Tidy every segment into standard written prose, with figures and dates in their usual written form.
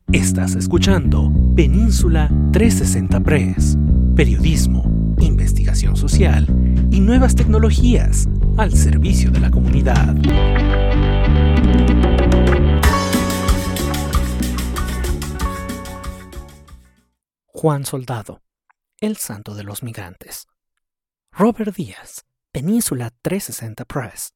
Estás escuchando Península 360 Press, periodismo, investigación social y nuevas tecnologías al servicio de la comunidad. Juan Soldado, el santo de los migrantes. Robert Díaz, Península 360 Press.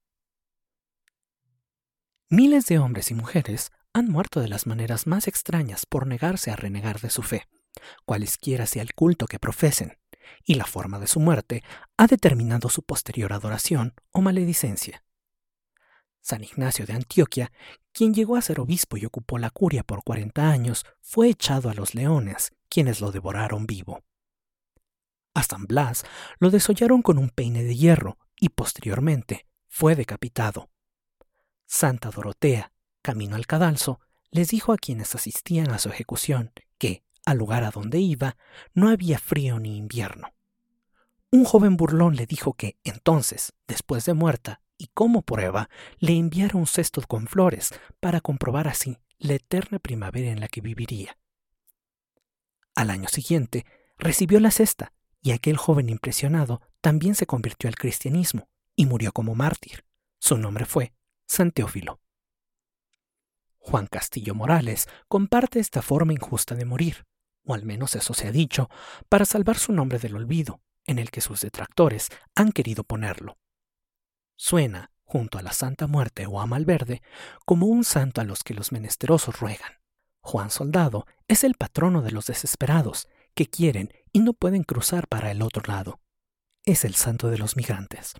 Miles de hombres y mujeres han muerto de las maneras más extrañas por negarse a renegar de su fe, cualesquiera sea el culto que profesen, y la forma de su muerte ha determinado su posterior adoración o maledicencia. San Ignacio de Antioquía, quien llegó a ser obispo y ocupó la curia por 40 años, fue echado a los leones, quienes lo devoraron vivo. A San Blas lo desollaron con un peine de hierro y posteriormente fue decapitado. Santa Dorotea, camino al cadalso, les dijo a quienes asistían a su ejecución que, al lugar a donde iba, no había frío ni invierno. Un joven burlón le dijo que, entonces, después de muerta, y como prueba, le enviara un cesto con flores para comprobar así la eterna primavera en la que viviría. Al año siguiente, recibió la cesta, y aquel joven impresionado también se convirtió al cristianismo y murió como mártir. Su nombre fue San Teófilo. Juan Castillo Morales comparte esta forma injusta de morir, o al menos eso se ha dicho, para salvar su nombre del olvido, en el que sus detractores han querido ponerlo. Suena, junto a la Santa Muerte o a Malverde, como un santo a los que los menesterosos ruegan. Juan Soldado es el patrono de los desesperados, que quieren y no pueden cruzar para el otro lado. Es el santo de los migrantes.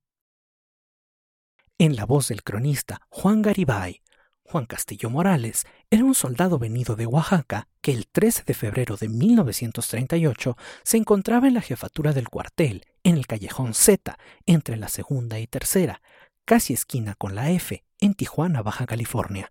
En la voz del cronista Juan Garibay, Juan Castillo Morales era un soldado venido de Oaxaca que el 13 de febrero de 1938 se encontraba en la jefatura del cuartel en el callejón Z, entre la segunda y tercera, casi esquina con la F, en Tijuana, Baja California.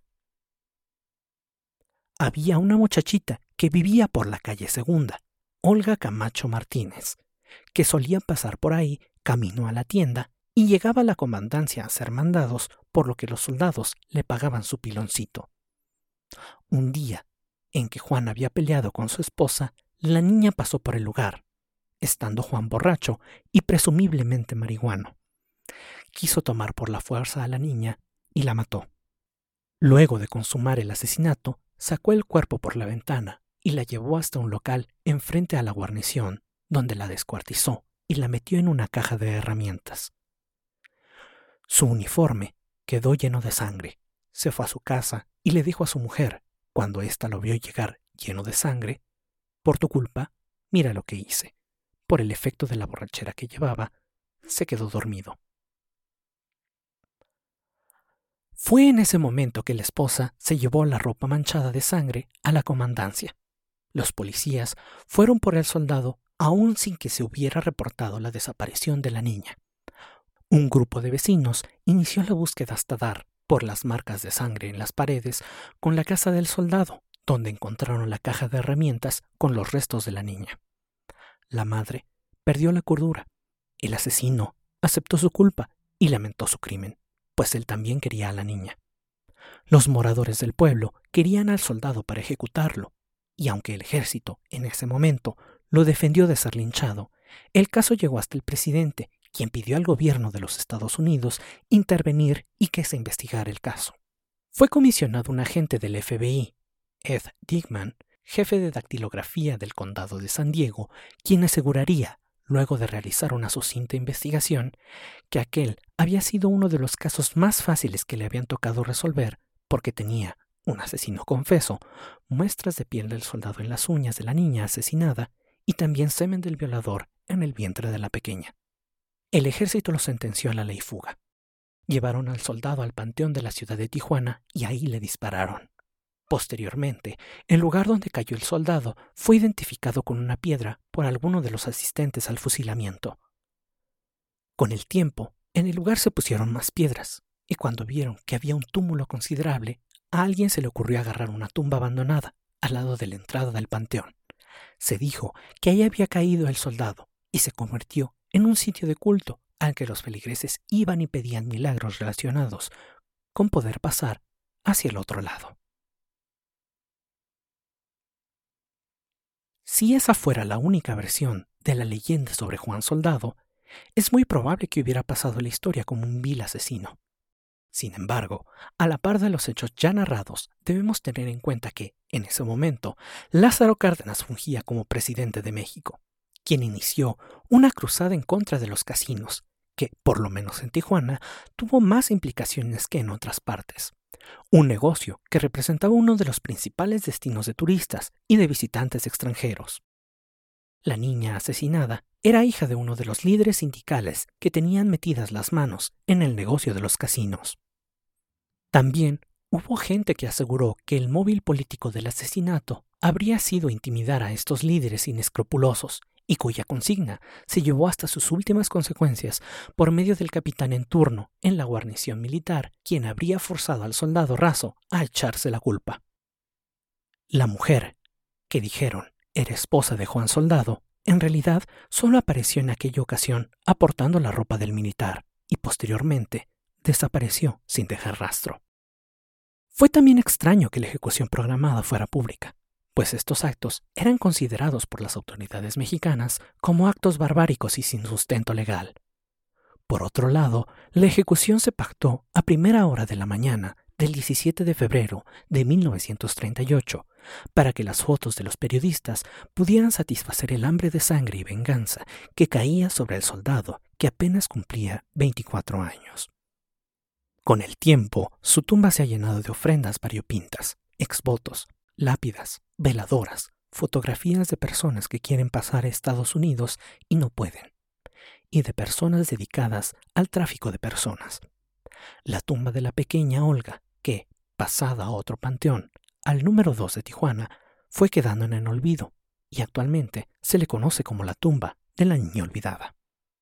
Había una muchachita que vivía por la calle Segunda, Olga Camacho Martínez, que solía pasar por ahí camino a la tienda y llegaba a la comandancia a ser mandados, por lo que los soldados le pagaban su piloncito. Un día, en que Juan había peleado con su esposa, la niña pasó por el lugar, estando Juan borracho y presumiblemente marihuano. Quiso tomar por la fuerza a la niña y la mató. Luego de consumar el asesinato, sacó el cuerpo por la ventana y la llevó hasta un local enfrente a la guarnición, donde la descuartizó y la metió en una caja de herramientas. Su uniforme quedó lleno de sangre. Se fue a su casa y le dijo a su mujer, cuando ésta lo vio llegar lleno de sangre: «Por tu culpa, mira lo que hice». Por el efecto de la borrachera que llevaba, se quedó dormido. Fue en ese momento que la esposa se llevó la ropa manchada de sangre a la comandancia. Los policías fueron por el soldado aún sin que se hubiera reportado la desaparición de la niña. Un grupo de vecinos inició la búsqueda hasta dar, por las marcas de sangre en las paredes, con la casa del soldado, donde encontraron la caja de herramientas con los restos de la niña. La madre perdió la cordura. El asesino aceptó su culpa y lamentó su crimen, pues él también quería a la niña. Los moradores del pueblo querían al soldado para ejecutarlo, y aunque el ejército, en ese momento, lo defendió de ser linchado, el caso llegó hasta el presidente, quien pidió al gobierno de los Estados Unidos intervenir y que se investigara el caso. Fue comisionado un agente del FBI, Ed Digman, jefe de dactilografía del condado de San Diego, quien aseguraría, luego de realizar una sucinta investigación, que aquel había sido uno de los casos más fáciles que le habían tocado resolver, porque tenía un asesino confeso, muestras de piel del soldado en las uñas de la niña asesinada y también semen del violador en el vientre de la pequeña. El ejército lo sentenció a la ley fuga. Llevaron al soldado al panteón de la ciudad de Tijuana y ahí le dispararon. Posteriormente, el lugar donde cayó el soldado fue identificado con una piedra por alguno de los asistentes al fusilamiento. Con el tiempo, en el lugar se pusieron más piedras, y cuando vieron que había un túmulo considerable, a alguien se le ocurrió agarrar una tumba abandonada al lado de la entrada del panteón. Se dijo que ahí había caído el soldado y se convirtió en un sitio de culto al que los feligreses iban y pedían milagros relacionados con poder pasar hacia el otro lado. si esa fuera la única versión de la leyenda sobre Juan Soldado, es muy probable que hubiera pasado la historia como un vil asesino. Sin embargo, a la par de los hechos ya narrados, debemos tener en cuenta que, en ese momento, Lázaro Cárdenas fungía como presidente de México, quien inició una cruzada en contra de los casinos, que, por lo menos en Tijuana, tuvo más implicaciones que en otras partes. Un negocio que representaba uno de los principales destinos de turistas y de visitantes extranjeros. La niña asesinada era hija de uno de los líderes sindicales que tenían metidas las manos en el negocio de los casinos. También hubo gente que aseguró que el móvil político del asesinato habría sido intimidar a estos líderes inescrupulosos y cuya consigna se llevó hasta sus últimas consecuencias por medio del capitán en turno en la guarnición militar, quien habría forzado al soldado raso a echarse la culpa. La mujer, que dijeron era esposa de Juan Soldado, en realidad solo apareció en aquella ocasión aportando la ropa del militar y posteriormente desapareció sin dejar rastro. Fue también extraño que la ejecución programada fuera pública, pues estos actos eran considerados por las autoridades mexicanas como actos barbáricos y sin sustento legal. Por otro lado, la ejecución se pactó a primera hora de la mañana del 17 de febrero de 1938 para que las fotos de los periodistas pudieran satisfacer el hambre de sangre y venganza que caía sobre el soldado que apenas cumplía 24 años. Con el tiempo, su tumba se ha llenado de ofrendas variopintas, exvotos, lápidas, veladoras, fotografías de personas que quieren pasar a Estados Unidos y no pueden, y de personas dedicadas al tráfico de personas. La tumba de la pequeña Olga, que, pasada a otro panteón, al número 2 de Tijuana, fue quedando en el olvido, y actualmente se le conoce como la tumba de la niña olvidada.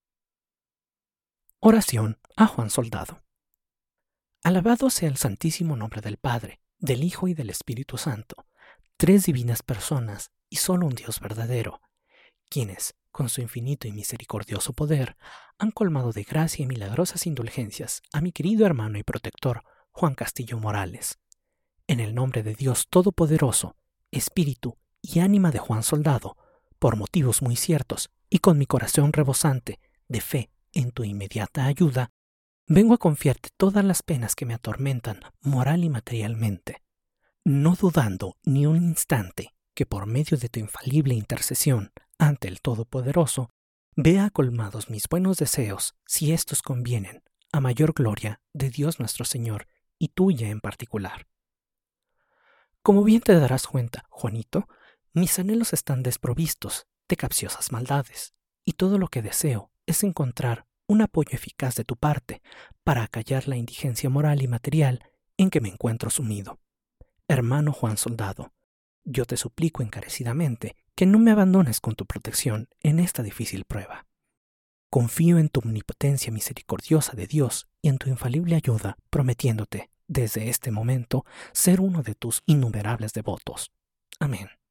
Oración a Juan Soldado. Alabado sea el santísimo nombre del Padre, del Hijo y del Espíritu Santo, tres divinas personas y solo un Dios verdadero, quienes, con su infinito y misericordioso poder, han colmado de gracia y milagrosas indulgencias a mi querido hermano y protector, Juan Castillo Morales. En el nombre de Dios Todopoderoso, Espíritu y ánima de Juan Soldado, por motivos muy ciertos y con mi corazón rebosante de fe en tu inmediata ayuda, vengo a confiarte todas las penas que me atormentan moral y materialmente, no dudando ni un instante que por medio de tu infalible intercesión ante el Todopoderoso, vea colmados mis buenos deseos, si estos convienen, a mayor gloria de Dios nuestro Señor y tuya en particular. Como bien te darás cuenta, Juanito, mis anhelos están desprovistos de capciosas maldades, y todo lo que deseo es encontrar un apoyo eficaz de tu parte para acallar la indigencia moral y material en que me encuentro sumido. Hermano Juan Soldado, yo te suplico encarecidamente que no me abandones con tu protección en esta difícil prueba. Confío en tu omnipotencia misericordiosa de Dios y en tu infalible ayuda, prometiéndote, desde este momento, ser uno de tus innumerables devotos. Amén.